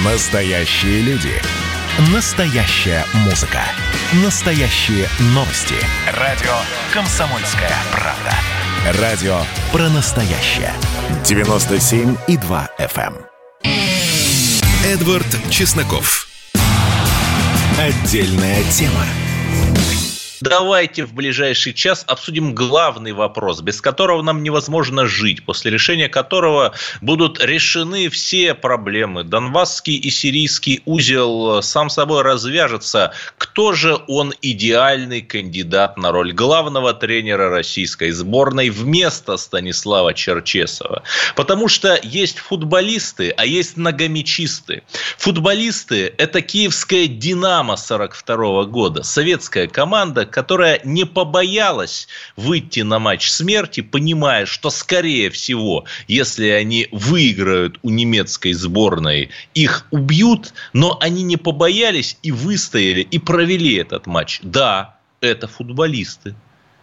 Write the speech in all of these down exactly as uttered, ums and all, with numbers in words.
Настоящие люди. Настоящая музыка. Настоящие новости. Радио «Комсомольская правда». Радио про настоящее. девяносто семь и два эф эм. Эдвард Чесноков. Отдельная тема. Давайте в ближайший час обсудим главный вопрос, без которого нам невозможно жить, после решения которого будут решены все проблемы. Донбасский и сирийский узел сам собой развяжется. Кто же он идеальный кандидат на роль главного тренера российской сборной вместо Станислава Черчесова? Потому что есть футболисты, а есть многомячисты. Футболисты – это киевская «Динамо» сорок второго года, советская команда, которая не побоялась выйти на матч смерти, понимая, что, скорее всего, если они выиграют у немецкой сборной, их убьют, но они не побоялись и выстояли, и провели этот матч. Да, это футболисты.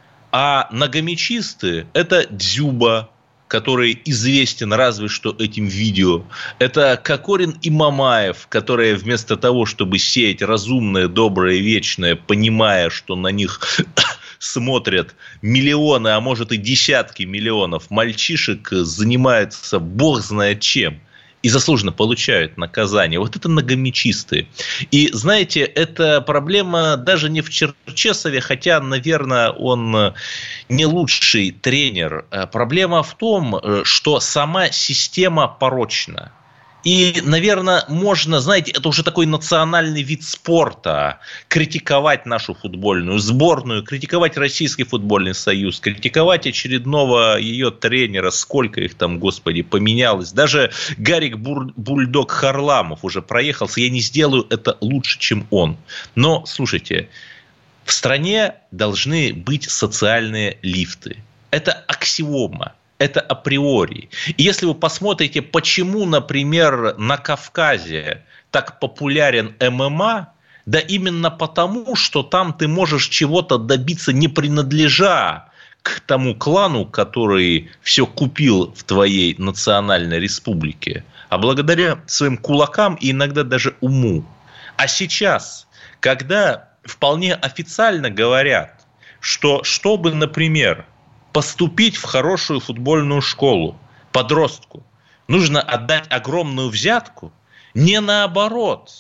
А многомячисты – это Дзюба, который известен разве что этим видео. Это Кокорин и Мамаев, которые вместо того, чтобы сеять разумное, доброе, вечное, понимая, что на них смотрят миллионы, а может и десятки миллионов мальчишек, занимаются бог знает чем. И заслуженно получают наказание. Вот это многомячисты. И, знаете, эта проблема даже не в Черчесове, хотя, наверное, он не лучший тренер. Проблема в том, что сама система порочна. И, наверное, можно, знаете, это уже такой национальный вид спорта, критиковать нашу футбольную сборную, критиковать Российский футбольный союз, критиковать очередного ее тренера, сколько их там, господи, поменялось. Даже Гарик Бур- Бульдог Харламов уже проехался, я не сделаю это лучше, чем он. Но, слушайте, в стране должны быть социальные лифты. Это аксиома. Это априори. И если вы посмотрите, почему, например, на Кавказе так популярен эм эм а, да именно потому, что там ты можешь чего-то добиться, не принадлежа к тому клану, который все купил в твоей национальной республике, а благодаря своим кулакам и иногда даже уму. А сейчас, когда вполне официально говорят, что чтобы, например, поступить в хорошую футбольную школу подростку, нужно отдать огромную взятку, не наоборот.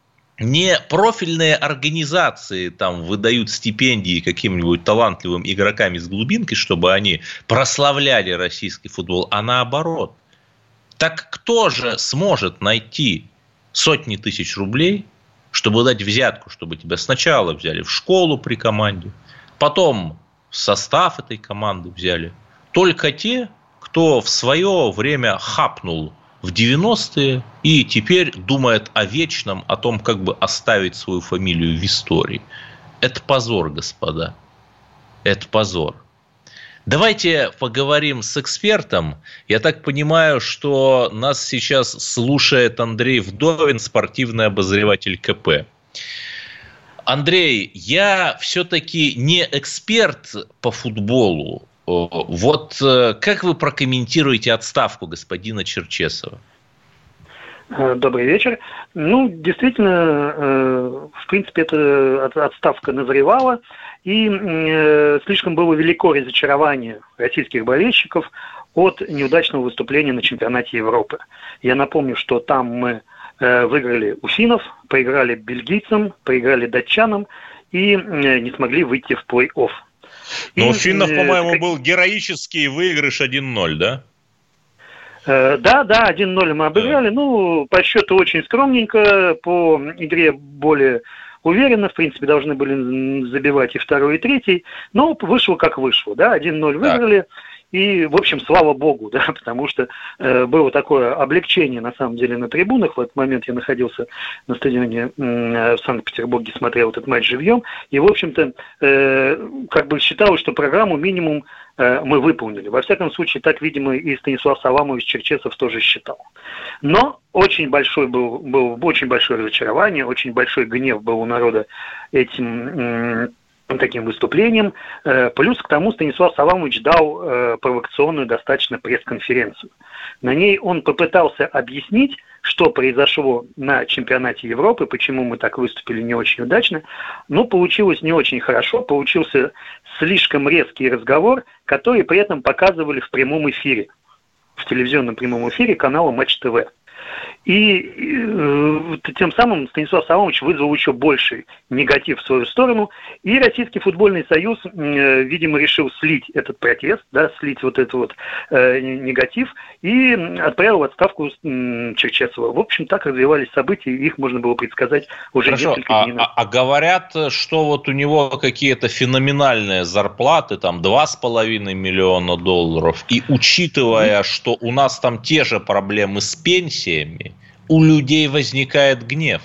Не профильные организации там выдают стипендии каким-нибудь талантливым игрокам из глубинки, чтобы они прославляли российский футбол, а наоборот. Так кто же сможет найти сотни тысяч рублей, чтобы дать взятку, чтобы тебя сначала взяли в школу при команде, потом в состав этой команды взяли? Только те, кто в свое время хапнул в девяностые и теперь думает о вечном, о том, как бы оставить свою фамилию в истории. Это позор, господа. Это позор. Давайте поговорим с экспертом. Я так понимаю, что нас сейчас слушает Андрей Вдовин, спортивный обозреватель ка пэ. Андрей, я все-таки не эксперт по футболу. Вот как вы прокомментируете отставку господина Черчесова? Добрый вечер. Ну, действительно, в принципе, эта отставка назревала, и слишком было велико разочарование российских болельщиков от неудачного выступления на чемпионате Европы. Я напомню, что там мы выиграли у финнов, проиграли бельгийцам, проиграли датчанам и не смогли выйти в плей-офф. Но у финнов, по-моему, был героический выигрыш один ноль, да? Да, да, один ноль мы обыграли. Да. Ну, по счету очень скромненько, по игре более уверенно. В принципе, должны были забивать и второй, и третий. Но вышло как вышло, да, один ноль выиграли. И, в общем, слава богу, да, потому что э, было такое облегчение, на самом деле, на трибунах. В этот момент я находился на стадионе э, в Санкт-Петербурге, смотрел этот матч живьем. И, в общем-то, э, как бы считалось, что программу минимум э, мы выполнили. Во всяком случае, так, видимо, и Станислав Саламович Черчесов тоже считал. Но очень большой был, был очень большое разочарование, очень большой гнев был у народа этим э, таким выступлением. Плюс к тому Станислав Саламович дал провокационную достаточно пресс-конференцию. На ней он попытался объяснить, что произошло на чемпионате Европы, почему мы так выступили не очень удачно. Но получилось не очень хорошо, получился слишком резкий разговор, который при этом показывали в прямом эфире, в телевизионном прямом эфире канала Матч ТВ. И э, тем самым Станислав Саламович вызвал еще больший негатив в свою сторону. И Российский футбольный союз, э, видимо, решил слить этот протест, да, слить вот этот вот э, негатив и отправил в отставку э, Черчесова. В общем, так развивались события, их можно было предсказать уже Хорошо, несколько а, дней назад. А, а говорят, что вот у него какие-то феноменальные зарплаты, там два с половиной миллиона долларов, и учитывая, что у нас там те же проблемы с пенсией, у людей возникает гнев.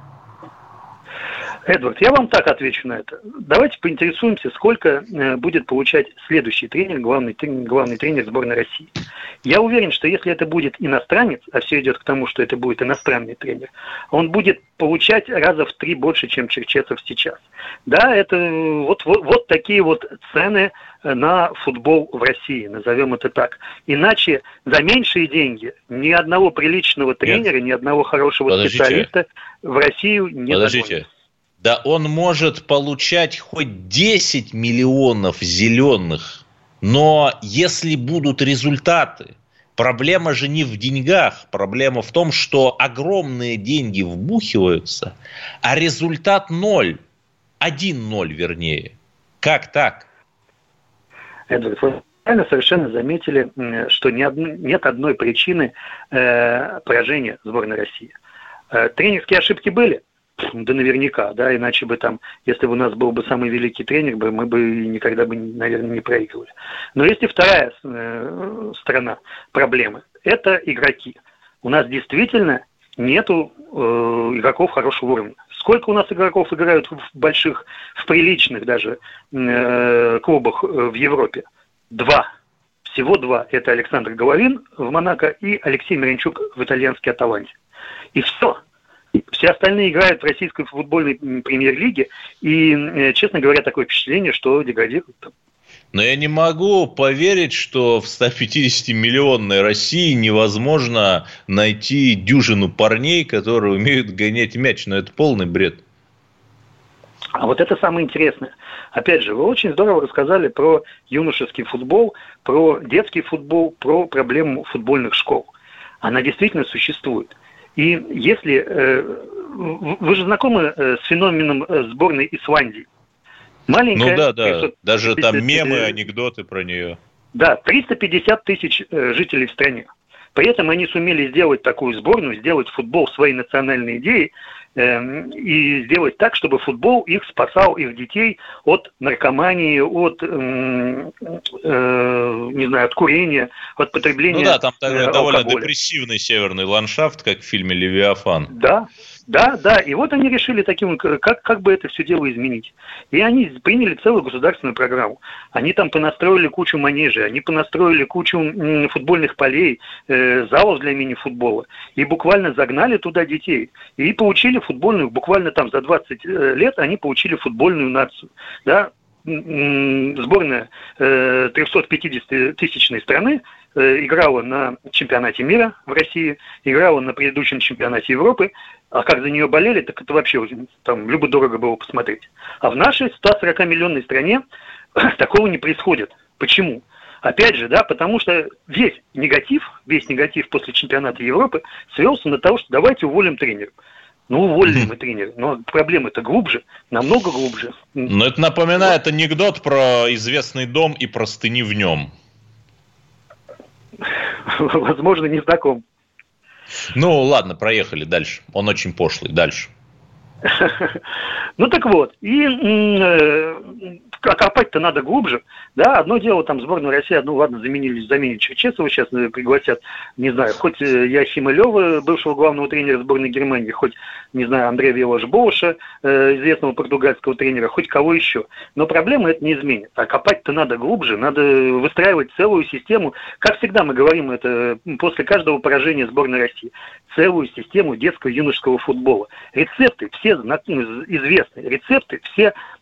Эдвард, я вам так отвечу на это. Давайте поинтересуемся, сколько э, будет получать следующий тренер, главный тренер, главный тренер сборной России. Я уверен, что если это будет иностранец, а все идет к тому, что это будет иностранный тренер, он будет получать раза в три больше, чем Черчесов сейчас. Да, это вот, вот, вот такие вот цены на футбол в России, назовем это так. Иначе за меньшие деньги ни одного приличного тренера, Нет. ни одного хорошего Подождите. специалиста в Россию не Подождите. Догонят. Да он может получать хоть десять миллионов зеленых, но если будут результаты, проблема же не в деньгах, проблема в том, что огромные деньги вбухиваются, а результат ноль, один ноль вернее. Как так? Эдвард, вы правильно совершенно заметили, что ни одной, нет одной причины э, поражения сборной России. Э, тренерские ошибки были? Да наверняка, да, иначе бы там, если бы у нас был бы самый великий тренер, мы бы никогда бы, наверное, не проигрывали. Но есть и вторая э, сторона проблемы. Это игроки. У нас действительно нету э, игроков хорошего уровня. Сколько у нас игроков играют в больших, в приличных даже э, клубах в Европе? Два. Всего два. Это Александр Головин в Монако и Алексей Миранчук в итальянской Аталанте. И все. Все остальные играют в российской футбольной премьер-лиге, и, честно говоря, такое впечатление, что деградируют там. Но я не могу поверить, что в сто пятидесятимиллионной России невозможно найти дюжину парней, которые умеют гонять мяч. Но это полный бред. А вот это самое интересное. Опять же, вы очень здорово рассказали про юношеский футбол, про детский футбол, про проблему футбольных школ. Она действительно существует. И если... Э, вы же знакомы э, с феноменом э, сборной Исландии? Маленькая... Ну да, да. Даже там мемы, анекдоты про нее. Да, триста пятьдесят тысяч э, жителей в стране. При этом они сумели сделать такую сборную, сделать футбол своей национальной идеей, э, и сделать так, чтобы футбол их спасал, их детей от наркомании, от, э, э, не знаю, от курения, от потребления. Ну да, там э, довольно алкоголя. Депрессивный северный ландшафт, как в фильме «Левиафан». Да. Да, да, и вот они решили таким, как, как бы это все дело изменить. И они приняли целую государственную программу. Они там понастроили кучу манежей, они понастроили кучу м, футбольных полей, э, залов для мини-футбола. И буквально загнали туда детей. И получили футбольную, буквально там за двадцать лет они получили футбольную нацию. Да? Сборная э, трехсотпятидесятитысячной страны э, играла на чемпионате мира в России, играла на предыдущем чемпионате Европы, а как за нее болели, так это вообще там любо-дорого было посмотреть. А в нашей сто сорокамиллионной стране такого не происходит. Почему? Опять же, да, потому что весь негатив, весь негатив после чемпионата Европы свелся на то, что давайте уволим тренера. Ну, уволили мы тренера, но проблема-то глубже, намного глубже. Но это напоминает анекдот про известный дом и простыни в нем. Возможно, не знаком. Ну, ладно, проехали дальше. Он очень пошлый. Дальше. Ну, так вот. И э, копать-то надо глубже. Да, одно дело, там, сборную России, ну, ладно, заменили, заменили Черчесова, сейчас пригласят, не знаю, хоть Яхима Лёва, бывшего главного тренера сборной Германии, хоть, не знаю, Андрея Виллаш-Боуша, э, известного португальского тренера, хоть кого еще. Но проблема это не изменит. А копать-то надо глубже, надо выстраивать целую систему. Как всегда мы говорим это после каждого поражения сборной России. Целую систему детского юношеского футбола. Рецепты все известны, рецепты все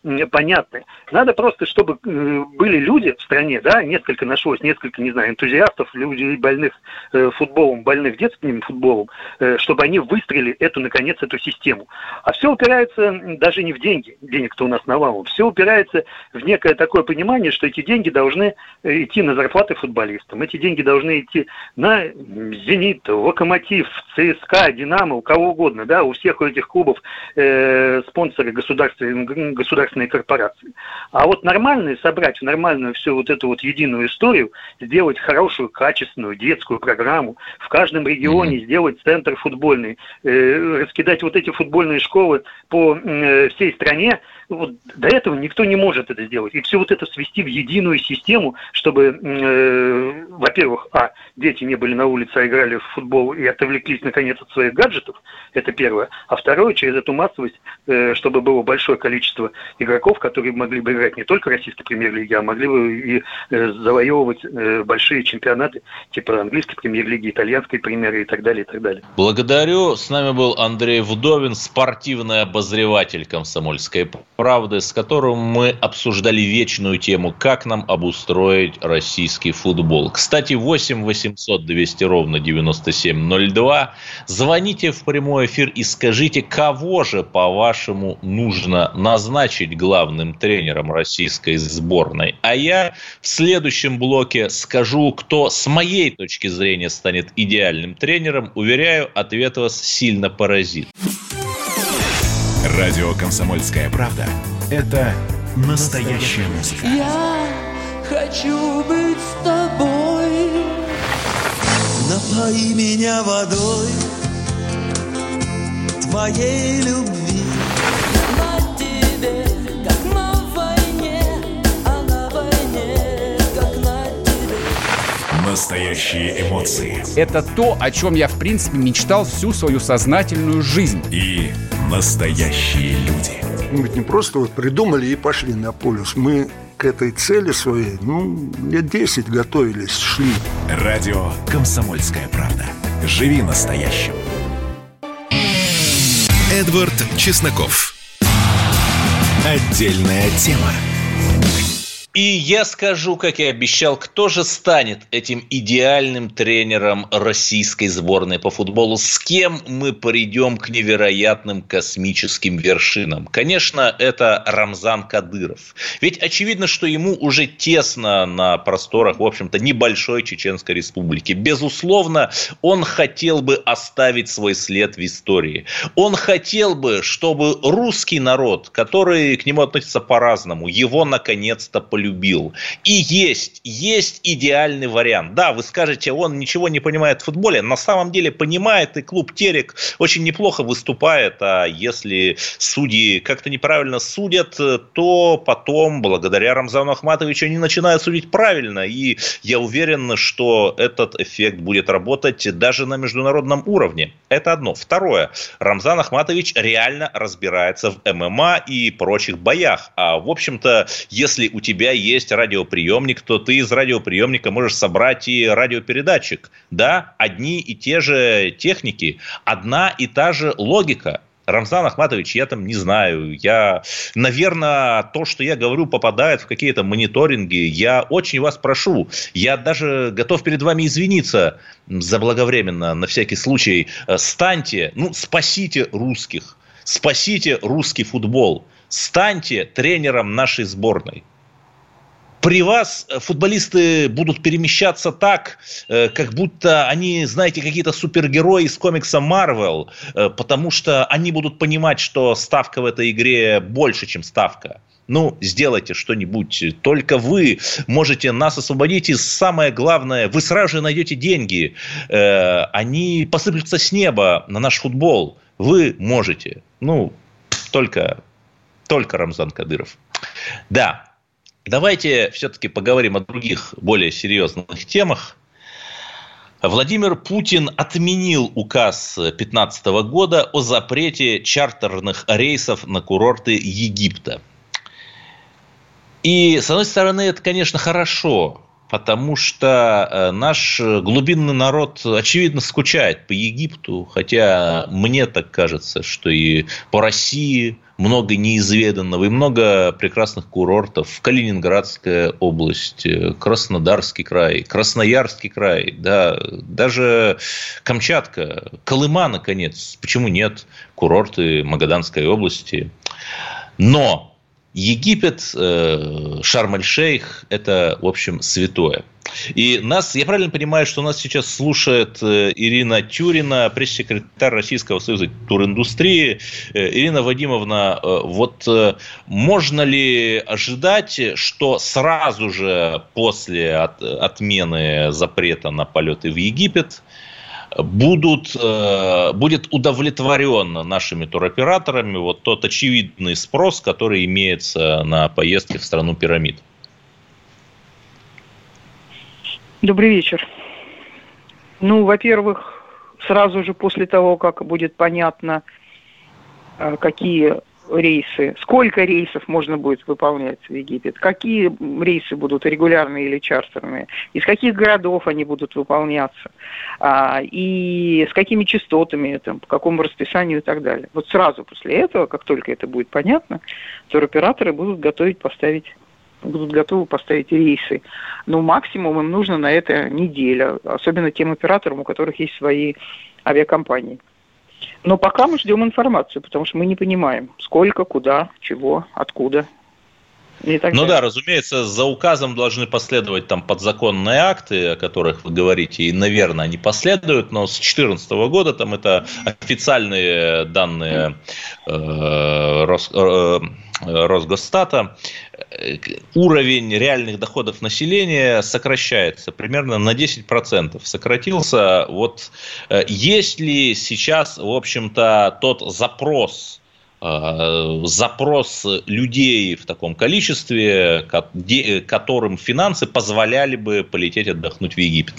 понятны. Надо просто, чтобы были люди в стране, да, несколько нашлось, несколько, не знаю, энтузиастов, людей больных футболом, больных детским футболом, чтобы они выстроили эту, наконец, эту систему. А все упирается даже не в деньги, денег-то у нас навалом, все упирается в некое такое понимание, что эти деньги должны идти на зарплаты футболистам, эти деньги должны идти на «Зенит», «Локомотив», ЦСКА, «Динамо», у кого угодно, да, у всех у этих клубов э, спонсоры государственные, государственные корпорации. А вот нормальные собрать в нормальную всю вот эту вот единую историю, сделать хорошую, качественную детскую программу, в каждом регионе mm-hmm. сделать центр футбольный, э, раскидать вот эти футбольные школы по э, всей стране, вот до этого никто не может это сделать. И все вот это свести в единую систему, чтобы, э, во-первых, а, дети не были на улице, а играли в футбол и отвлеклись, наконец, от своих гаджетов, это первое. А второе, через эту массовость, э, чтобы было большое количество игроков, которые могли бы играть не только в российской премьер-лиге, а могли бы и э, завоевывать э, большие чемпионаты, типа английской премьер-лиги, итальянской премьер и так далее, и так далее. Благодарю. С нами был Андрей Вдовин, спортивный обозреватель «Комсомольской правды», с которым мы обсуждали вечную тему, как нам обустроить российский футбол. Кстати, восемь восемьсот двести ровно девяносто семь ноль два. Звоните в прямой эфир и скажите, кого же, по-вашему, нужно назначить главным тренером российской сборной. А я в следующем блоке скажу, кто с моей точки зрения станет идеальным тренером. Уверяю, ответ вас сильно поразит. Радио «Комсомольская правда» – это настоящая музыка. Я хочу быть с тобой. Напои меня водой твоей любви. На тебе, как на войне, а на войне, как на тебе. Настоящие эмоции. Это то, о чем я, в принципе, мечтал всю свою сознательную жизнь. И настоящие люди. Мы ведь не просто вот придумали и пошли на полюс. Мы к этой цели своей, ну, лет десять готовились, шли. Радио «Комсомольская правда». Живи настоящим. Эдвард Чесноков. Отдельная тема. И я скажу, как и обещал, кто же станет этим идеальным тренером российской сборной по футболу, с кем мы придем к невероятным космическим вершинам. Конечно, это Рамзан Кадыров. Ведь очевидно, что ему уже тесно на просторах, в общем-то, небольшой Чеченской Республики. Безусловно, он хотел бы оставить свой след в истории. Он хотел бы, чтобы русский народ, который к нему относится по-разному, его наконец-то полюбил. Любил. И есть, есть идеальный вариант. Да, вы скажете, он ничего не понимает в футболе. На самом деле понимает, и клуб Терек очень неплохо выступает. А если судьи как-то неправильно судят, то потом, благодаря Рамзану Ахматовичу, они начинают судить правильно. И я уверен, что этот эффект будет работать даже на международном уровне. Это одно. Второе. Рамзан Ахматович реально разбирается в эм эм а и прочих боях. А в общем-то, если у тебя есть радиоприемник, то ты из радиоприемника можешь собрать и радиопередатчик. Да, одни и те же техники, одна и та же логика. Рамзан Ахматович, я там не знаю. Я, наверное, то, что я говорю, попадает в какие-то мониторинги. Я очень вас прошу. Я даже готов перед вами извиниться заблаговременно, на всякий случай. Станьте, ну, спасите русских. Спасите русский футбол. Станьте тренером нашей сборной. При вас футболисты будут перемещаться так, как будто они, знаете, какие-то супергерои из комикса Marvel, потому что они будут понимать, что ставка в этой игре больше, чем ставка. Ну, сделайте что-нибудь. Только вы можете нас освободить. И самое главное, вы сразу же найдете деньги. Они посыплются с неба на наш футбол. Вы можете. Ну, только, только Рамзан Кадыров. Да. Давайте все-таки поговорим о других, более серьезных темах. Владимир Путин отменил указ две тысячи пятнадцатого года о запрете чартерных рейсов на курорты Египта. И, с одной стороны, это, конечно, хорошо, потому что наш глубинный народ, очевидно, скучает по Египту, хотя мне так кажется, что и по России много неизведанного и много прекрасных курортов. Калининградская область, Краснодарский край, Красноярский край, да, даже Камчатка, Колыма, наконец. Почему нет? Курорты Магаданской области. Но Египет, Шарм-эль-Шейх – это, в общем, святое. И нас, я правильно понимаю, что нас сейчас слушает Ирина Тюрина, пресс-секретарь Российского союза туриндустрии. Ирина Вадимовна, вот можно ли ожидать, что сразу же после от, отмены запрета на полеты в Египет будут, будет удовлетворен нашими туроператорами вот тот очевидный спрос, который имеется на поездки в страну пирамид? Добрый вечер. Ну, во-первых, сразу же после того, как будет понятно, какие рейсы, сколько рейсов можно будет выполнять в Египет, какие рейсы будут регулярные или чартерные, из каких городов они будут выполняться, и с какими частотами, там, по какому расписанию и так далее. Вот сразу после этого, как только это будет понятно, туроператоры будут готовить поставить будут готовы поставить рейсы. Но максимум им нужно на это неделя, особенно тем операторам, у которых есть свои авиакомпании. Но пока мы ждем информацию, потому что мы не понимаем, сколько, куда, чего, откуда. И так ну далее. Да, разумеется, за указом должны последовать там подзаконные акты, о которых вы говорите, и, наверное, они последуют, но с две тысячи четырнадцатого года там это официальные данные э, Рос, э, Росгосстата, уровень реальных доходов населения сокращается примерно на десять процентов. Сократился. Вот есть ли сейчас, в общем-то, тот запрос, запрос людей в таком количестве, которым финансы позволяли бы полететь отдохнуть в Египет?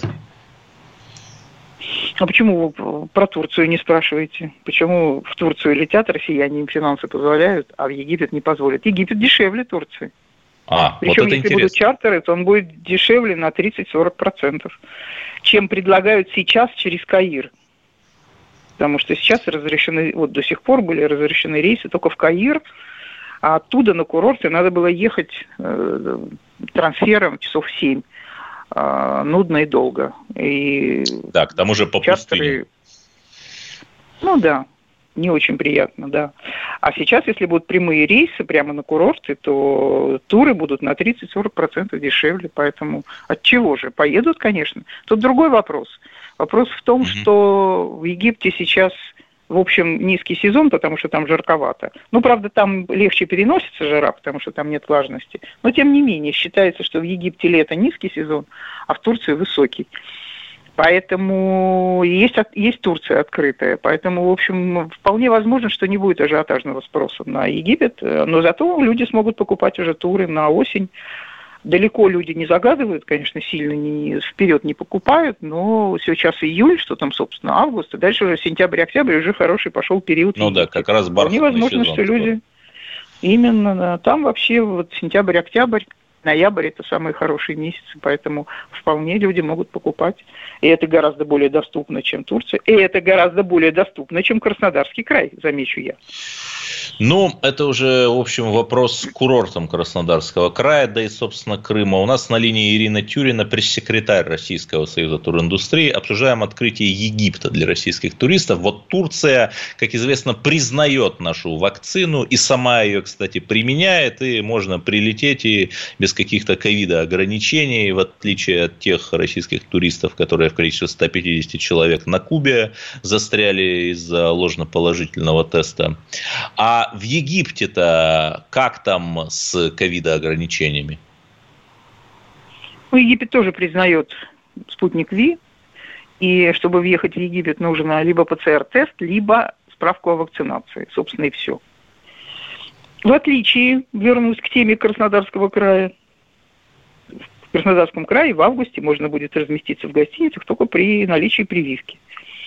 А почему вы про Турцию не спрашиваете? Почему в Турцию летят россияне, им финансы позволяют, а в Египет не позволят? Египет дешевле Турции. А, Причем, вот это если интересно. будут чартеры, то он будет дешевле на тридцать-сорок процентов, чем предлагают сейчас через Каир. Потому что сейчас разрешены, вот до сих пор были разрешены рейсы только в Каир, а оттуда на курорты надо было ехать э, трансфером часов семь. Э, нудно и долго. И да, к тому же по чартеры, пустыне. Ну да, не очень приятно, да. А сейчас, если будут прямые рейсы прямо на курорты, то туры будут на тридцать-сорок процентов дешевле. Поэтому от чего же? Поедут, конечно. Тут другой вопрос. Вопрос в том, mm-hmm. что в Египте сейчас, в общем, низкий сезон, потому что там жарковато. Ну, правда, там легче переносится жара, потому что там нет влажности. Но, тем не менее, считается, что в Египте лето низкий сезон, а в Турции высокий. Поэтому есть, есть Турция открытая. Поэтому, в общем, вполне возможно, что не будет ажиотажного спроса на Египет. Но зато люди смогут покупать уже туры на осень. Далеко люди не загадывают, конечно, сильно не, вперед не покупают, но сейчас июль, что там, собственно, август, и дальше уже сентябрь-октябрь уже хороший пошел период. Ну да, как раз бархатный сезон. Невозможно, что люди... Именно, да. Там вообще вот сентябрь-октябрь, ноябрь – это самые хорошие месяцы, поэтому вполне люди могут покупать. И это гораздо более доступно, чем Турция. И это гораздо более доступно, чем Краснодарский край, замечу я. Ну, это уже, в общем, вопрос к курортам Краснодарского края, да и, собственно, Крыма. У нас на линии Ирина Тюрина, пресс-секретарь Российского союза туриндустрии. Обсуждаем открытие Египта для российских туристов. Вот Турция, как известно, признает нашу вакцину и сама ее, кстати, применяет. И можно прилететь и без каких-то ковида-ограничений, в отличие от тех российских туристов, которые в количестве ста пятидесяти человек на Кубе застряли из-за ложноположительного теста. А в Египте-то как там с ковидоограничениями? Ну, Египет тоже признает спутник Ви, и чтобы въехать в Египет, нужно либо ПЦР-тест, либо справку о вакцинации. Собственно, и все. В отличие, вернусь к теме Краснодарского края, в Краснодарском крае в августе можно будет разместиться в гостиницах только при наличии прививки.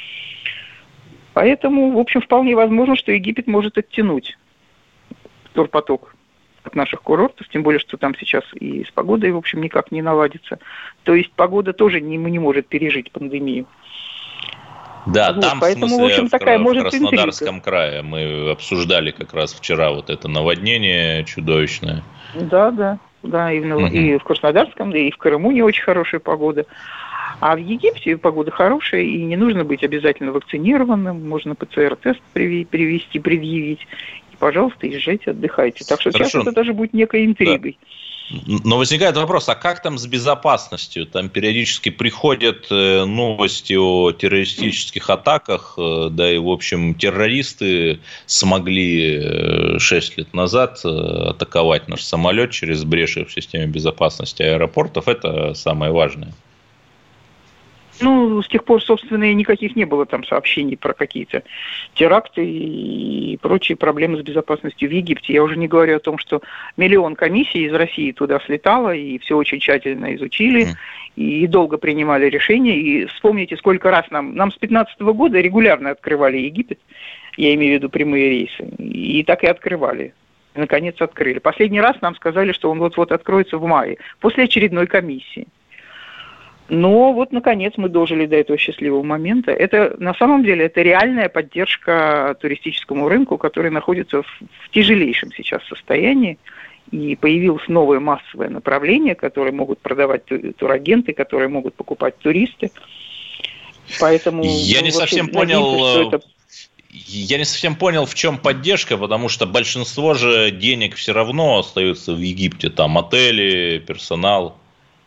Поэтому, в общем, вполне возможно, что Египет может оттянуть турпоток от наших курортов, тем более, что там сейчас и с погодой, в общем, никак не наладится. То есть погода тоже не, не может пережить пандемию. Да, Вот, там, поэтому, в смысле, в общем, в, такая в может Краснодарском интрига. крае мы обсуждали как раз вчера вот это наводнение чудовищное. Да, да, да, и в, Нов- Мгм. и в Краснодарском, да и в Крыму не очень хорошая погода. А в Египте погода хорошая, и не нужно быть обязательно вакцинированным, можно ПЦР-тест приви- привести, предъявить. И, пожалуйста, езжайте, отдыхайте. Так что сейчас Хорошо. это даже будет некой интригой. Но возникает вопрос, а как там с безопасностью? Там периодически приходят э, новости о террористических атаках, э, да и, в общем, террористы смогли э, шесть лет назад э, атаковать наш самолет через бреши в системе безопасности аэропортов. Это самое важное. Ну, с тех пор, собственно, и никаких не было там сообщений про какие-то теракты и прочие проблемы с безопасностью в Египте. Я уже не говорю о том, что миллион комиссий из России туда слетало, и все очень тщательно изучили, mm. и долго принимали решения. И вспомните, сколько раз нам... Нам с пятнадцатого года регулярно открывали Египет, я имею в виду прямые рейсы, и так и открывали. И, наконец, открыли. Последний раз нам сказали, что он вот-вот откроется в мае, после очередной комиссии. Но вот, наконец, мы дожили до этого счастливого момента. Это, на самом деле, это реальная поддержка туристическому рынку, который находится в, в тяжелейшем сейчас состоянии. И появилось новое массовое направление, которое могут продавать турагенты, которые могут покупать туристы. Поэтому... Я ну, не совсем понял... надеемся, что это... Я не совсем понял, в чем поддержка, потому что большинство же денег все равно остается в Египте. Там отели, персонал...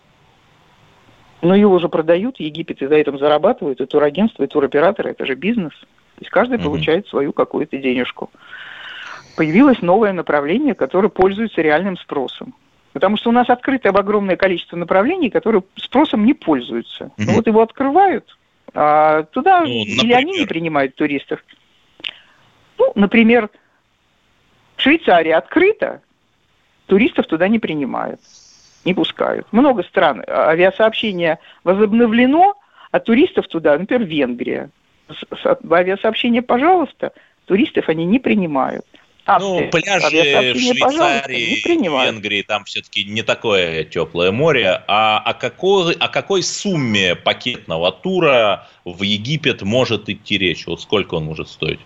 Но его же продают, Египет и за этим зарабатывают, и турагентство, и туроператоры, это же бизнес. То есть каждый mm-hmm. получает свою какую-то денежку. Появилось новое направление, которое пользуется реальным спросом. Потому что у нас открыто огромное количество направлений, которые спросом не пользуются. Mm-hmm. Ну вот его открывают, а туда ну, или они не принимают туристов. Ну, например, Швейцария открыта, туристов туда не принимают. Не пускают. Много стран. Авиасообщение возобновлено, а туристов туда, например, Венгрия. Авиасообщение, пожалуйста, туристов они не принимают. Австрия, ну, пляжи в Швейцарии и Венгрии, там все-таки не такое теплое море. А о какой, о какой сумме пакетного тура в Египет может идти речь? Вот сколько он может стоить?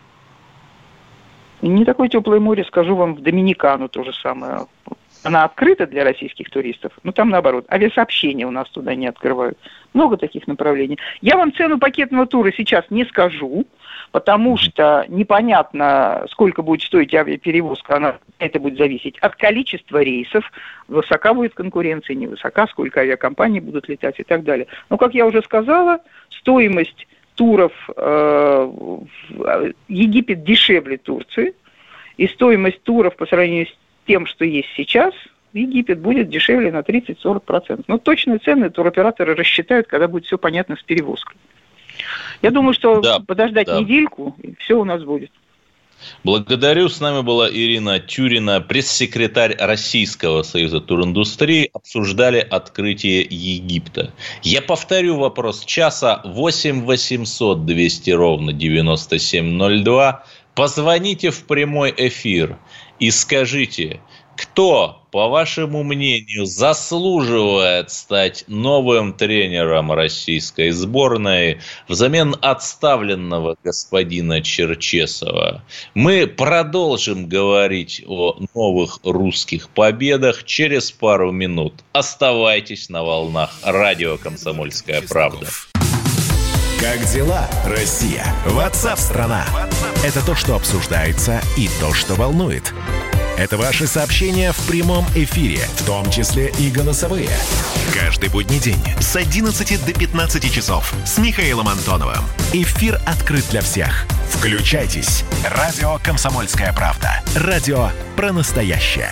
Не такое теплое море, скажу вам, в Доминикану то же самое. Она открыта для российских туристов, но там наоборот. Авиасообщения у нас туда не открывают. Много таких направлений. Я вам цену пакетного тура сейчас не скажу, потому что непонятно, сколько будет стоить авиаперевозка. Она, это будет зависеть от количества рейсов. Высока будет конкуренция, невысока, сколько авиакомпаний будут летать и так далее. Но, как я уже сказала, стоимость туров э, в Египет дешевле Турции, и стоимость туров по сравнению с тем, что есть сейчас, в Египет будет дешевле на тридцать-сорок процентов. Но точные цены туроператоры рассчитают, когда будет все понятно с перевозкой. Я думаю, что да, подождать да. недельку, и все у нас будет. Благодарю. С нами была Ирина Тюрина, пресс-секретарь Российского союза туриндустрии. Обсуждали открытие Египта. Я повторю вопрос часа. восемь восемьсот двести ровно девяносто семь ноль два. Позвоните в прямой эфир и скажите, кто, по вашему мнению, заслуживает стать новым тренером российской сборной взамен отставленного господина Черчесова. Мы продолжим говорить о новых русских победах через пару минут. Оставайтесь на волнах радио «Комсомольская правда». Как дела, Россия? Ватсап-страна! Это то, что обсуждается, и то, что волнует. Это ваши сообщения в прямом эфире, в том числе и голосовые. Каждый будний день с одиннадцати до пятнадцати часов с Михаилом Антоновым. Эфир открыт для всех. Включайтесь. Радио «Комсомольская правда». Радио про настоящее.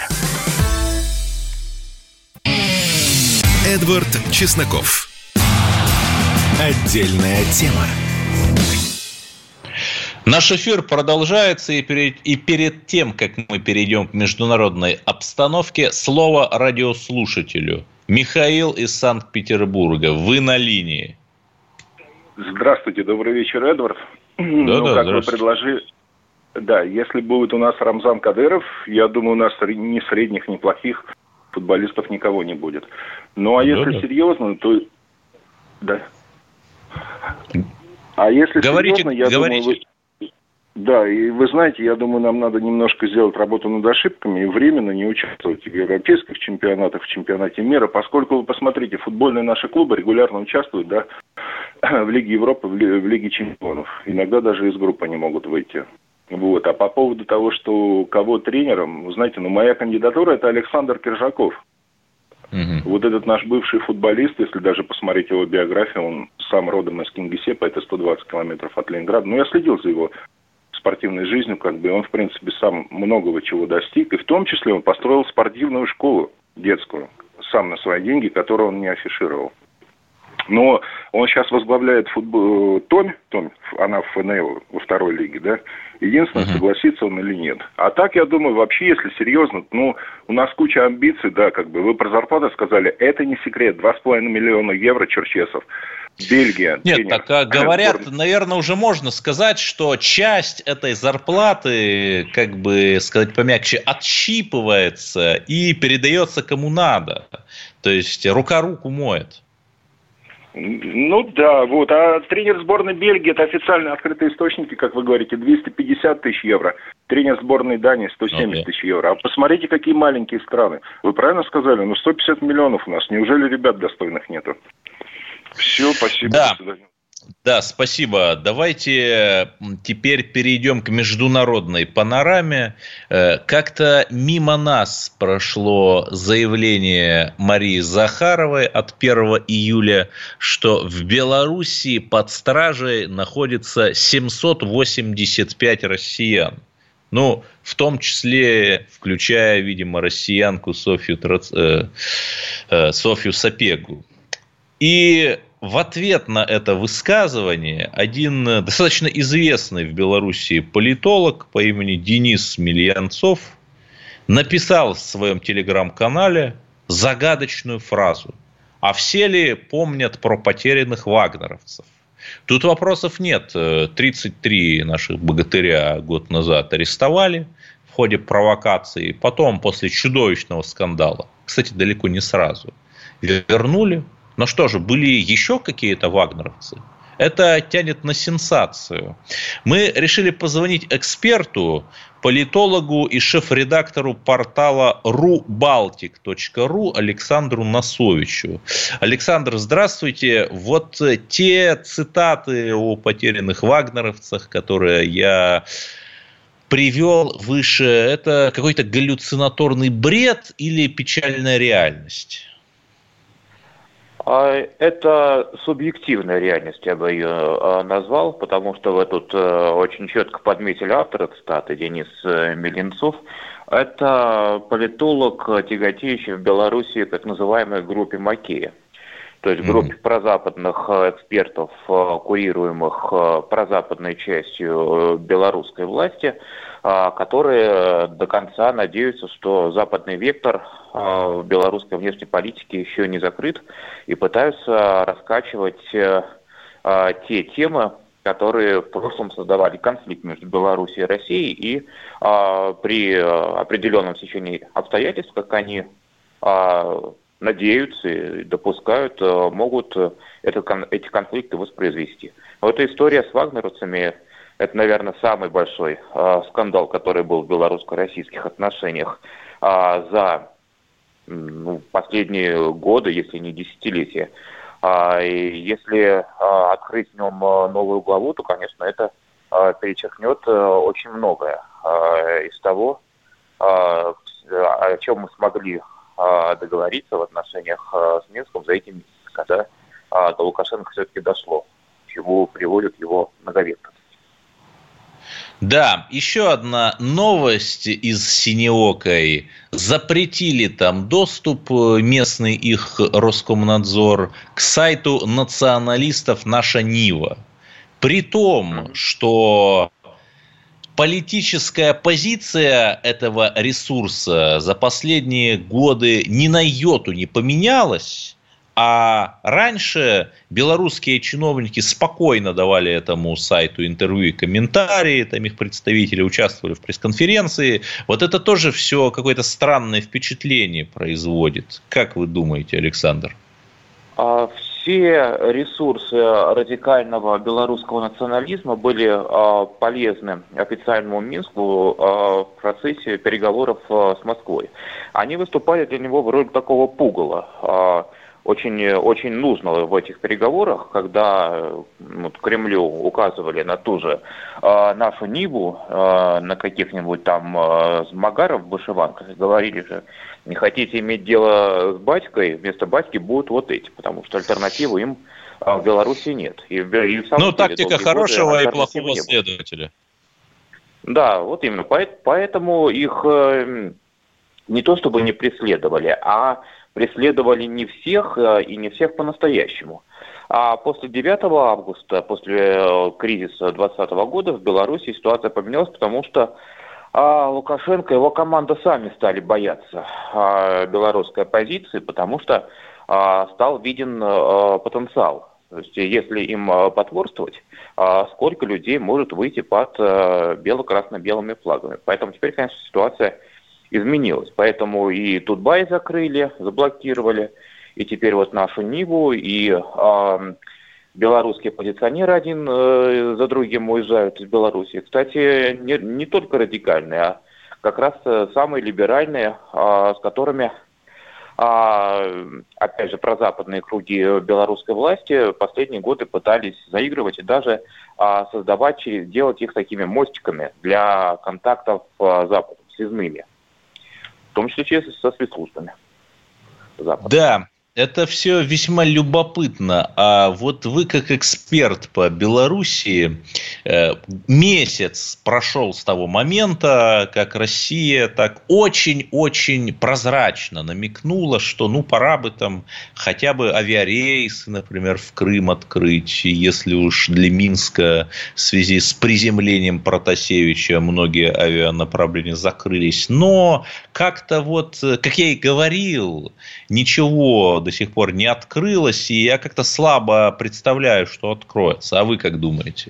Эдвард Чесноков. Отдельная тема. Наш эфир продолжается, и перед, и перед тем, как мы перейдем к международной обстановке, слово радиослушателю. Михаил из Санкт-Петербурга, вы на линии. Здравствуйте, добрый вечер, Эдвард. Да, ну, да, как вы предложили, да, если будет у нас Рамзан Кадыров, я думаю, у нас ни средних, ни плохих футболистов никого не будет. Ну, а да, если да. серьезно, то... Да. А если говорите, серьезно, я говорите. думаю... Вы... Да, и вы знаете, я думаю, нам надо немножко сделать работу над ошибками и временно не участвовать в европейских чемпионатах, в чемпионате мира, поскольку, вы посмотрите, футбольные наши клубы регулярно участвуют, да, в Лиге Европы, в Лиге чемпионов. Иногда даже из группы они могут выйти. Вот. А по поводу того, что кого тренером, вы знаете, ну, моя кандидатура – это Александр Киржаков. Угу. Вот этот наш бывший футболист, если даже посмотреть его биографию, он сам родом из Кингисеппа, это сто двадцать километров от Ленинграда. Но я следил за его спортивной жизнью, как бы он, в принципе, сам многого чего достиг. И в том числе он построил спортивную школу детскую, сам на свои деньги, которую он не афишировал. Но он сейчас возглавляет футбол... Томь, Томь, она в ФНЛ во второй лиге, да? Единственное, uh-huh. согласится он или нет. А так, я думаю, вообще, если серьезно, ну, у нас куча амбиций, да, как бы. Вы про зарплату сказали, это не секрет, два с половиной миллиона евро Черчесов. Бельгия. Нет, тренер. так а говорят, наверное, уже можно сказать, что часть этой зарплаты, как бы сказать помягче, отщипывается и передается кому надо. То есть рука руку моет. Ну да, вот. А тренер сборной Бельгии, это официально открытые источники, как вы говорите, двести пятьдесят тысяч евро. Тренер сборной Дании сто семьдесят тысяч евро. А посмотрите, какие маленькие страны. Вы правильно сказали? Ну, сто пятьдесят миллионов у нас. Неужели ребят достойных нету? Все, спасибо. Да. Да, спасибо. Давайте теперь перейдем к международной панораме. Как-то мимо нас прошло заявление Марии Захаровой от первого июля, что в Белоруссии под стражей находится семьсот восемьдесят пять россиян. Ну, в том числе, включая, видимо, россиянку Софью, Троц... э, э, Софью Сапегу. И в ответ на это высказывание один достаточно известный в Белоруссии политолог по имени Денис Мильянцов написал в своем телеграм-канале загадочную фразу: «А все ли помнят про потерянных вагнеровцев?» Тут вопросов нет. тридцать три наших богатыря год назад арестовали в ходе провокации. Потом, после чудовищного скандала, кстати, далеко не сразу, вернули. Но что же, были еще какие-то вагнеровцы? Это тянет на сенсацию. Мы решили позвонить эксперту, политологу и шеф-редактору портала ру балтик точка ру Александру Носовичу. Александр, здравствуйте. Вот те цитаты о потерянных вагнеровцах, которые я привел выше, это какой-то галлюцинаторный бред или печальная реальность? Это субъективная реальность, я бы ее назвал, потому что вы тут очень четко подметили автора цитаты, Денис Мильянцов. Это политолог, тяготеющий в Белоруссии так называемой группе Макея. То есть группе прозападных экспертов, курируемых прозападной частью белорусской власти, которые до конца надеются, что западный вектор в белорусской внешней политике еще не закрыт, и пытаются раскачивать те темы, которые в прошлом создавали конфликт между Белоруссией и Россией, и при определенном течении обстоятельств, как они надеются и допускают, могут это, эти конфликты воспроизвести. Вот эта история с вагнеровцами – это, наверное, самый большой э, скандал, который был в белорусско-российских отношениях э, за ну, последние годы, если не десятилетия. Э, и если э, открыть в нем новую главу, то, конечно, это э, перечеркнет э, очень многое э, из того, э, о чем мы смогли договориться в отношениях с Минском за эти месяцы, когда до Лукашенко все-таки дошло, к чему приводит его многовекторность. Да, еще одна новость из Синеокой. Запретили там доступ местный их Роскомнадзор к сайту националистов «Наша Нива». При том, что политическая позиция этого ресурса за последние годы ни на йоту не поменялась, а раньше белорусские чиновники спокойно давали этому сайту интервью и комментарии, там их представители участвовали в пресс-конференции. Вот это тоже все какое-то странное впечатление производит. Как вы думаете, Александр? все ресурсы радикального белорусского национализма были э, полезны официальному Минску э, в процессе переговоров э, с Москвой. Они выступали для него в роли такого пугала, э, очень, очень нужного в этих переговорах, когда ну, Кремлю указывали на ту же э, нашу Ниву, э, на каких-нибудь там э, Магаров в вышиванках, говорили же, не хотите иметь дело с батькой, вместо батьки будут вот эти, потому что альтернативы им а, в Беларуси нет. И, и в самом ну, деле, тактика хорошего и плохого следователя. Да, вот именно. Поэтому их э, не то чтобы не преследовали, а преследовали не всех и не всех по-настоящему. А после девятого августа, после кризиса двадцатого года в Беларуси ситуация поменялась, потому что А Лукашенко и его команда сами стали бояться а, белорусской оппозиции, потому что а, стал виден а, потенциал. То есть, если им а, потворствовать, а, сколько людей может выйти под а, бело-красно-белыми флагами. Поэтому теперь, конечно, ситуация изменилась. Поэтому и Тутбай закрыли, заблокировали, и теперь вот нашу Ниву, и... А, белорусские оппозиционеры один э, за другим уезжают из Беларуси. Кстати, не, не только радикальные, а как раз самые либеральные, э, с которыми, э, опять же, прозападные круги белорусской власти последние годы пытались заигрывать и даже э, создавать, делать их такими мостиками для контактов с Западом, с изными, в том числе со спецслужбами Запада. Да. Это все весьма любопытно. А вот вы, как эксперт по Белоруссии, месяц прошел с того момента, как Россия так очень-очень прозрачно намекнула, что ну пора бы там хотя бы авиарейсы, например, в Крым открыть, если уж для Минска в связи с приземлением Протасевича многие авианаправления закрылись. Но как-то вот, как я и говорил, ничего до сих пор не открылось, и я как-то слабо представляю, что откроется. А вы как думаете?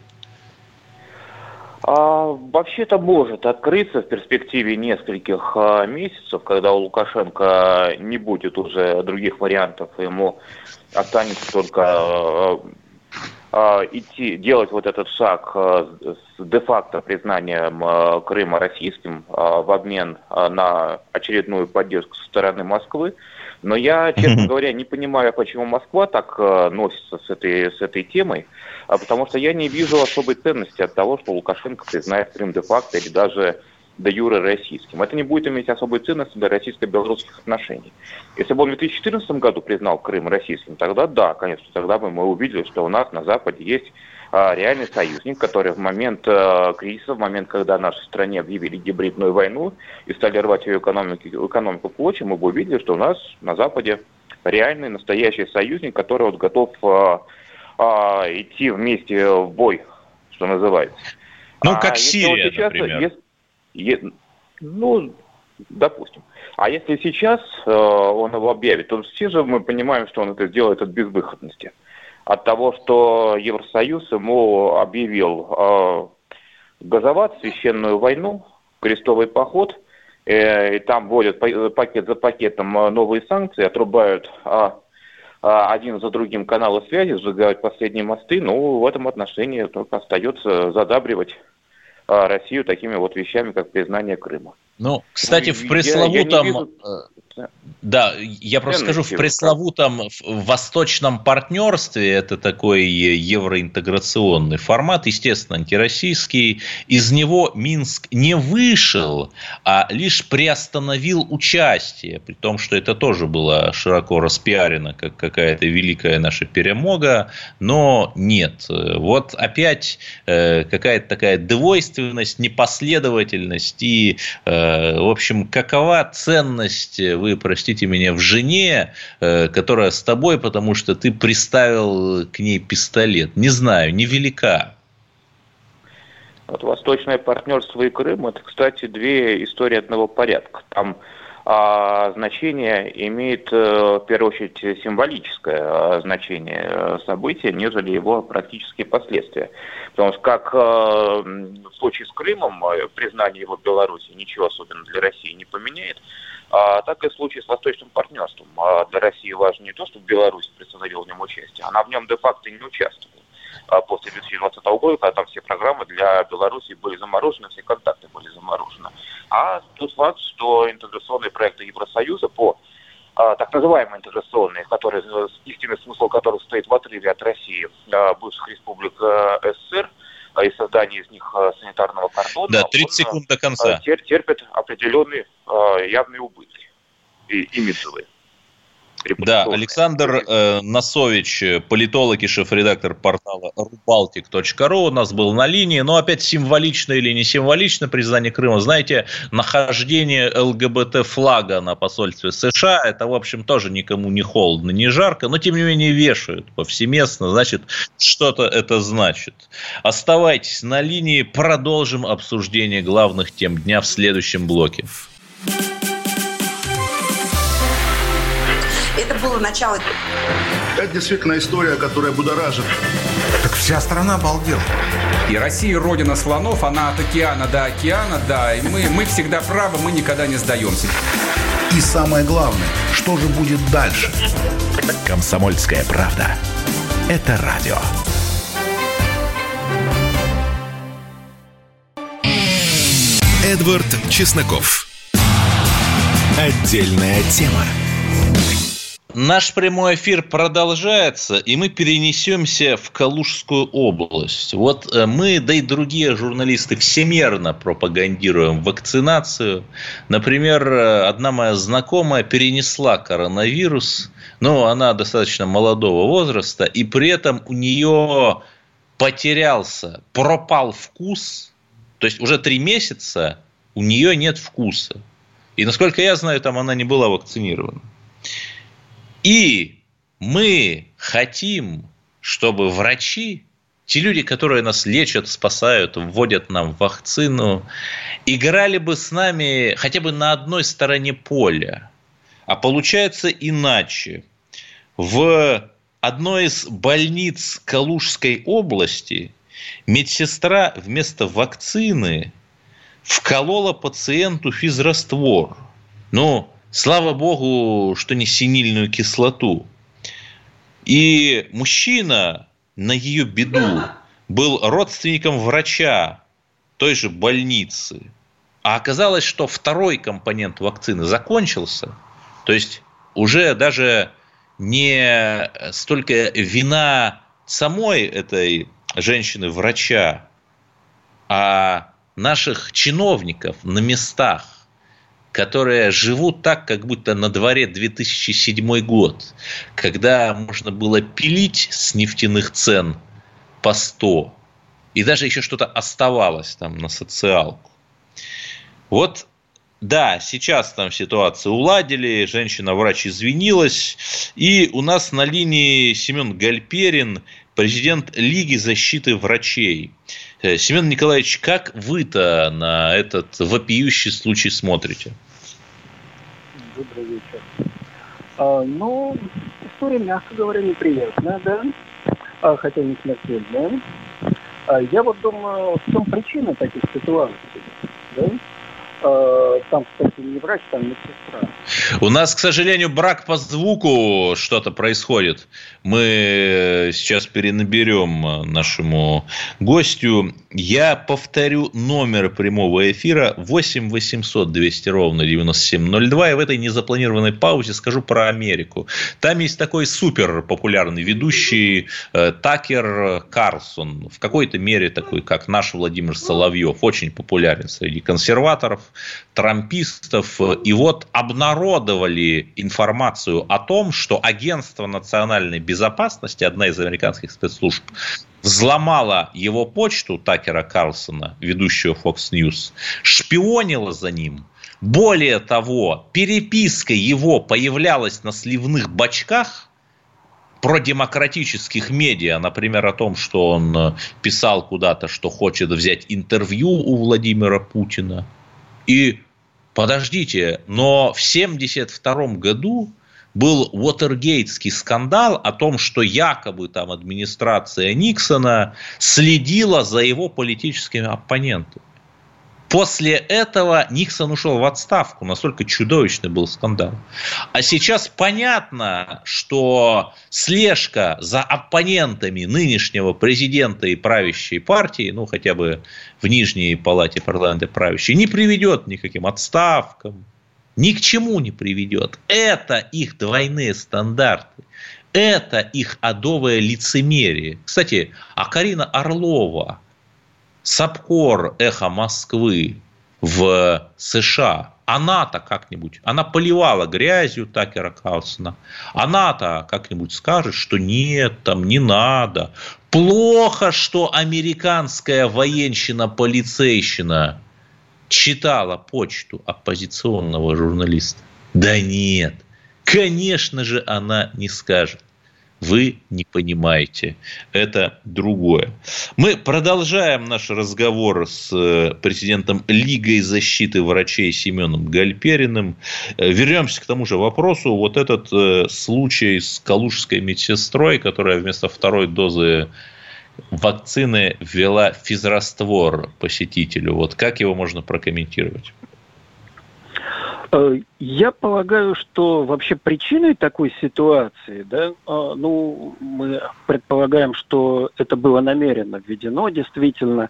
А, вообще-то может открыться в перспективе нескольких а, месяцев, когда у Лукашенко не будет уже других вариантов, ему останется только а, а, идти, делать вот этот шаг а, с де-факто признанием а, Крыма российским а, в обмен а, на очередную поддержку со стороны Москвы. Но я, честно говоря, не понимаю, почему Москва так э, носится с этой, с этой темой, а потому что я не вижу особой ценности от того, что Лукашенко признает Крым де-факто или даже де-юре российским. Это не будет иметь особой ценности для российско-белорусских отношений. Если бы он в две тысячи четырнадцатом году признал Крым российским, тогда да, конечно, тогда бы мы увидели, что у нас на Западе есть а, реальный союзник, который в момент а, кризиса, в момент, когда нашей стране объявили гибридную войну и стали рвать ее экономику, экономику в клочья, мы бы увидели, что у нас на Западе реальный, настоящий союзник, который вот готов а, а, идти вместе в бой, что называется. Ну, как а Сирия, вот сейчас, например. Если, ну, допустим. А если сейчас э, он его объявит, то все же мы понимаем, что он это сделает от безвыходности. От того, что Евросоюз ему объявил э, газоват, священную войну, крестовый поход, э, и там вводят пакет за пакетом новые санкции, отрубают э, один за другим каналы связи, сжигают последние мосты. Ну, в этом отношении только остается задабривать Россию такими вот вещами, как признание Крыма. Ну, кстати, ну, в пресловутом... Я, я вижу... Да, я просто скажу, в пресловутом в восточном партнерстве, это такой евроинтеграционный формат, естественно, антироссийский, из него Минск не вышел, а лишь приостановил участие, при том, что это тоже было широко распиарено, как какая-то великая наша перемога, но нет. Вот опять какая-то такая двойственность, непоследовательность и, в общем, какова ценность, вы простите меня, в жене, которая с тобой, потому что ты приставил к ней пистолет. Не знаю, невелика. Вот восточное партнерство и Крым — это, кстати, две истории одного порядка. Там а значение имеет в первую очередь символическое значение события, нежели его практические последствия. Потому что как в случае с Крымом, признание его Беларуси ничего особенного для России не поменяет, так и в случае с Восточным партнерством. Для России важно не то, чтобы Беларусь представила в нем участие, она в нем де-факто не участвовала. После две тысячи двадцатого года, когда там все программы для Беларуси были заморожены, все контакты были заморожены. А тот факт, что интеграционные проекты Евросоюза по а, так называемые интеграционные, которые, истинный смысл которых стоит в отрыве от России, а, бывших республик а, СССР, а, и создание из них а, санитарного кордона, да, тридцать секунд до конца. А, тер, терпят определенные а, явные убытки и имиджевые. Да, Александр э, Носович, политолог и шеф-редактор портала рубалтик точка ру у нас был на линии. Но опять символично или не символично признание Крыма. Знаете, нахождение ЛГБТ-флага на посольстве США, это, в общем, тоже никому не холодно, не жарко, но, тем не менее, вешают повсеместно. Значит, что-то это значит. Оставайтесь на линии, продолжим обсуждение главных тем дня в следующем блоке. Это было начало. Это действительно история, которая будоражит. Так вся страна обалдела. И Россия родина слонов, она от океана до океана, да. И мы, мы всегда правы, мы никогда не сдаемся. И самое главное, что же будет дальше? «Комсомольская правда». Это радио. Эдвард Чесноков. Отдельная тема. Наш прямой эфир продолжается, и мы перенесемся в Калужскую область. Вот мы, да и другие журналисты, всемерно пропагандируем вакцинацию. Например, одна моя знакомая перенесла коронавирус, но она достаточно молодого возраста, и при этом у нее потерялся, пропал вкус. То есть уже три месяца у нее нет вкуса. И, насколько я знаю, там она не была вакцинирована. И мы хотим, чтобы врачи, те люди, которые нас лечат, спасают, вводят нам вакцину, играли бы с нами хотя бы на одной стороне поля. А получается иначе. В одной из больниц Калужской области медсестра вместо вакцины вколола пациенту физраствор. Ну, слава богу, что не синильную кислоту. И мужчина на ее беду был родственником врача той же больницы. А оказалось, что второй компонент вакцины закончился. То есть уже даже не столько вина самой этой женщины-врача, а наших чиновников на местах, которые живут так, как будто на дворе две тысячи седьмой год, когда можно было пилить с нефтяных цен по сто, и даже еще что-то оставалось там на социалку. Вот, да, сейчас там ситуацию уладили, женщина-врач извинилась, и у нас на линии Семен Гальперин, президент Лиги защиты врачей. Семен Николаевич, как вы-то на этот вопиющий случай смотрите? Добрый вечер. А, ну, история, мягко говоря, неприятная, да, а, хотя не смертельная. А, я вот думаю, в чем причина таких ситуаций, да? А, там, кстати, не врач, там медсестра. У нас, к сожалению, брак по звуку, что-то происходит. Мы сейчас перенаберем нашему гостю. Я повторю номер прямого эфира восемь восемьсот двести ровно девяносто семь ноль два. И в этой незапланированной паузе скажу про Америку. Там есть такой супер популярный ведущий э, Такер Карлсон. В какой-то мере такой, как наш Владимир Соловьев. Очень популярен среди консерваторов, трампистов. И вот обнародовали информацию о том, что Агентство национальной безопасности, одна из американских спецслужб, взломала его почту Такера Карлсона, ведущего Fox News, шпионила за ним. Более того, переписка его появлялась на сливных бачках продемократических медиа, например, о том, что он писал куда-то, что хочет взять интервью у Владимира Путина. И Подождите, но в семьдесят втором году был Уотергейтский скандал о том, что якобы там администрация Никсона следила за его политическими оппонентами. После этого Никсон ушел в отставку, настолько чудовищный был скандал. А сейчас понятно, что слежка за оппонентами нынешнего президента и правящей партии, ну хотя бы в нижней палате парламента правящей, не приведет ни к каким отставкам, ни к чему не приведет. Это их двойные стандарты. Это их адовое лицемерие. Кстати, а Карина Орлова, САПКОР «Эхо Москвы» в США, она-то как-нибудь, она поливала грязью Такера Карлсона, она-то как-нибудь скажет, что нет, там не надо. Плохо, что американская военщина-полицейщина читала почту оппозиционного журналиста. Да нет, конечно же она не скажет. Вы не понимаете. Это другое. Мы продолжаем наш разговор с президентом Лиги защиты врачей Семеном Гальпериным. Вернемся к тому же вопросу. Вот этот случай с калужской медсестрой, которая вместо второй дозы вакцины ввела физраствор посетителю. Вот как его можно прокомментировать? Я полагаю, что вообще причиной такой ситуации, да, ну, мы предполагаем, что это было намеренно введено, действительно,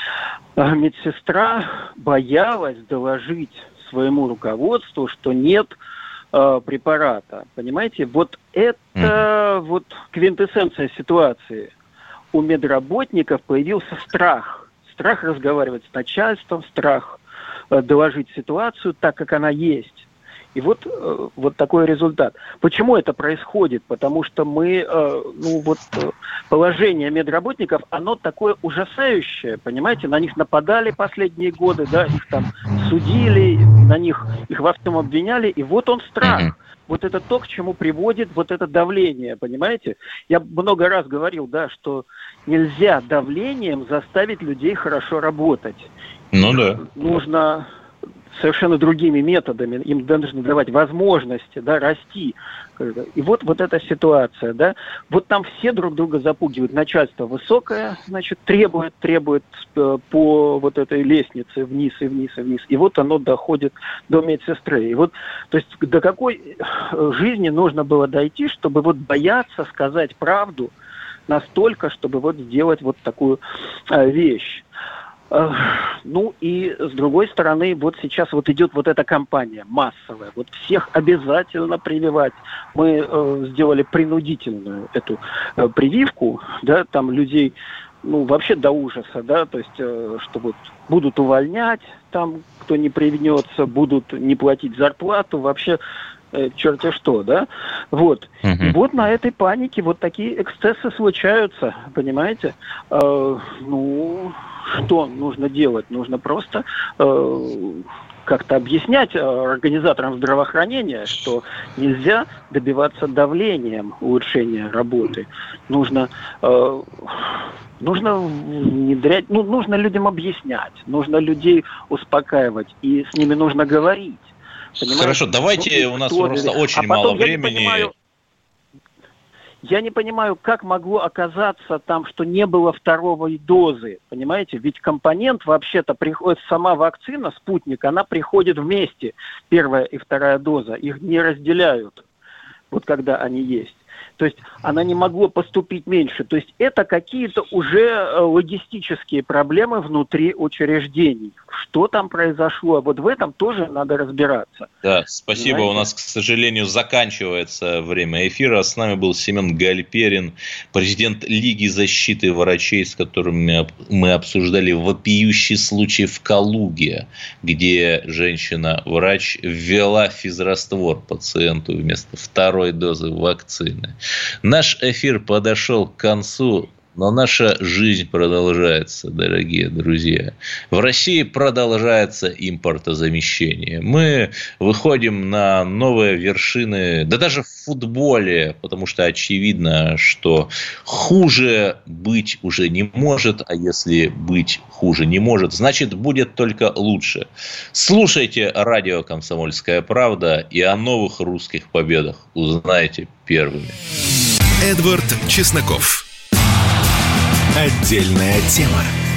медсестра боялась доложить своему руководству, что нет э, препарата, понимаете, вот это mm. вот квинтэссенция ситуации. У медработников появился страх, страх разговаривать с начальством, страх доложить ситуацию так, как она есть. И вот, вот такой результат. Почему это происходит? Потому что мы, ну вот, положение медработников, оно такое ужасающее, понимаете, на них нападали последние годы, да, их там судили, на них, их во всем обвиняли, и вот он страх. Вот это то, к чему приводит вот это давление, понимаете? Я много раз говорил, да, что нельзя давлением заставить людей хорошо работать. Ну да. Нужно совершенно другими методами, им нужно давать возможности, да, расти. И вот, вот эта ситуация, да, вот там все друг друга запугивают. Начальство высокое, значит, требует, требует по вот этой лестнице вниз и вниз и вниз. И вот оно доходит до медсестры. И вот, то есть до какой жизни нужно было дойти, чтобы вот бояться сказать правду настолько, чтобы вот сделать вот такую э, вещь. Ну и с другой стороны, вот сейчас вот идет вот эта кампания массовая, вот всех обязательно прививать. Мы э, сделали принудительную эту э, прививку, да, там людей, ну вообще до ужаса, да, то есть, э, что вот будут увольнять там, кто не привнется, будут не платить зарплату, вообще э, черти что, да, вот. Uh-huh. И вот на этой панике вот такие эксцессы случаются, понимаете, э, ну... Что нужно делать? Нужно просто э, как-то объяснять э, организаторам здравоохранения, что нельзя добиваться давлением улучшения работы. Нужно, э, нужно внедрять, ну, нужно людям объяснять, нужно людей успокаивать, и с ними нужно говорить. Понимаете? Хорошо, давайте, ну, у нас просто очень а мало времени. Я не понимаю, как могло оказаться там, что не было второй дозы, понимаете? Ведь компонент вообще-то приходит, сама вакцина, спутник, она приходит вместе, первая и вторая доза, их не разделяют, вот когда они есть. То есть она не могла поступить меньше. То есть это какие-то уже логистические проблемы внутри учреждений. Что там произошло? Вот в этом тоже надо разбираться. Да, спасибо. Понимаете? У нас, к сожалению, заканчивается время эфира. С нами был Семен Гальперин, президент Лиги защиты врачей, с которым мы обсуждали вопиющий случай в Калуге, где женщина-врач ввела физраствор пациенту вместо второй дозы вакцины. Наш эфир подошел к концу. Но наша жизнь продолжается, дорогие друзья. В России продолжается импортозамещение. Мы выходим на новые вершины, да даже в футболе, потому что очевидно, что хуже быть уже не может, а если быть хуже не может, значит, будет только лучше. Слушайте радио «Комсомольская правда» и о новых русских победах узнаете первыми. Эдвард Чесноков. Отдельная тема.